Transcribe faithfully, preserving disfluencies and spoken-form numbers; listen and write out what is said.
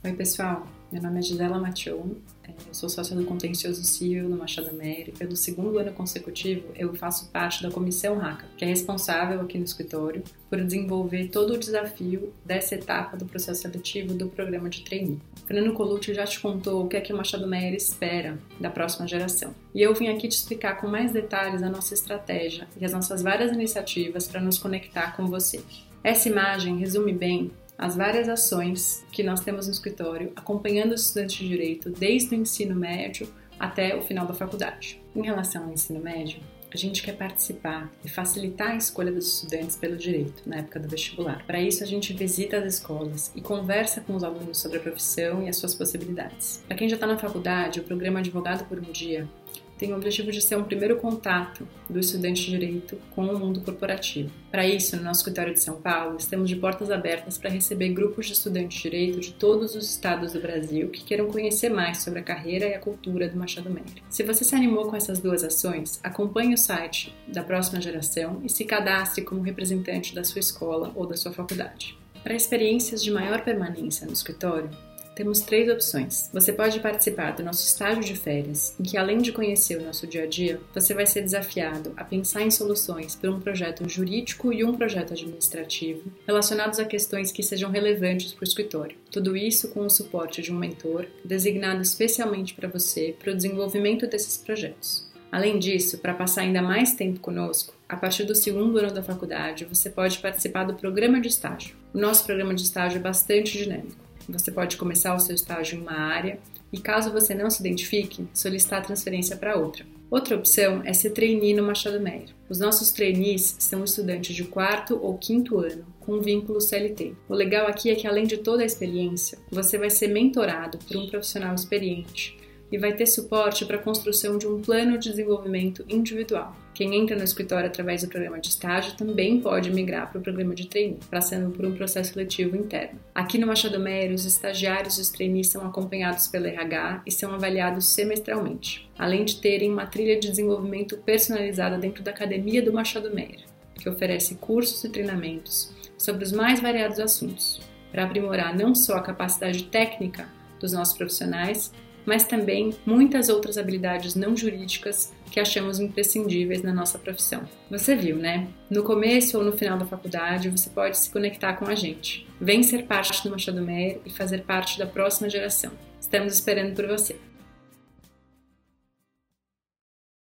Oi pessoal, meu nome é Gisela Mathieu, eu sou sócia do Contencioso Civil no Machado Mery e pelo segundo ano consecutivo eu faço parte da Comissão RACA, que é responsável aqui no escritório por desenvolver todo o desafio dessa etapa do processo seletivo do programa de trainee. Fernando Colucci já te contou o que é que o Machado Mery espera da próxima geração. E eu vim aqui te explicar com mais detalhes a nossa estratégia e as nossas várias iniciativas para nos conectar com você. Essa imagem resume bem as várias ações que nós temos no escritório acompanhando os estudantes de Direito desde o ensino médio até o final da faculdade. Em relação ao ensino médio, a gente quer participar e facilitar a escolha dos estudantes pelo direito na época do vestibular. Para isso, a gente visita as escolas e conversa com os alunos sobre a profissão e as suas possibilidades. Para quem já está na faculdade, o programa Advogado por um Dia tem o objetivo de ser um primeiro contato do estudante de Direito com o mundo corporativo. Para isso, no nosso escritório de São Paulo, estamos de portas abertas para receber grupos de estudantes de Direito de todos os estados do Brasil que queiram conhecer mais sobre a carreira e a cultura do Machado Mery. Se você se animou com essas duas ações, acompanhe o site da próxima geração e se cadastre como representante da sua escola ou da sua faculdade. Para experiências de maior permanência no escritório, temos três opções. Você pode participar do nosso estágio de férias, em que além de conhecer o nosso dia a dia, você vai ser desafiado a pensar em soluções para um projeto jurídico e um projeto administrativo relacionados a questões que sejam relevantes para o escritório. Tudo isso com o suporte de um mentor designado especialmente para você para o desenvolvimento desses projetos. Além disso, para passar ainda mais tempo conosco, a partir do segundo ano da faculdade, você pode participar do programa de estágio. O nosso programa de estágio é bastante dinâmico. Você pode começar o seu estágio em uma área e, caso você não se identifique, solicitar transferência para outra. Outra opção é ser trainee no Machado Mery. Os nossos trainees são estudantes de quarto ou quinto ano, com vínculo C L T. O legal aqui é que, além de toda a experiência, você vai ser mentorado por um profissional experiente e vai ter suporte para a construção de um plano de desenvolvimento individual. Quem entra no escritório através do programa de estágio também pode migrar para o programa de trainee, passando por um processo seletivo interno. Aqui no Machado Mery, os estagiários e os trainees são acompanhados pela R H e são avaliados semestralmente, além de terem uma trilha de desenvolvimento personalizada dentro da Academia do Machado Mery, que oferece cursos e treinamentos sobre os mais variados assuntos, para aprimorar não só a capacidade técnica dos nossos profissionais, mas também muitas outras habilidades não jurídicas que achamos imprescindíveis na nossa profissão. Você viu, né? No começo ou no final da faculdade, você pode se conectar com a gente. Vem ser parte do Machado Mery e fazer parte da próxima geração. Estamos esperando por você!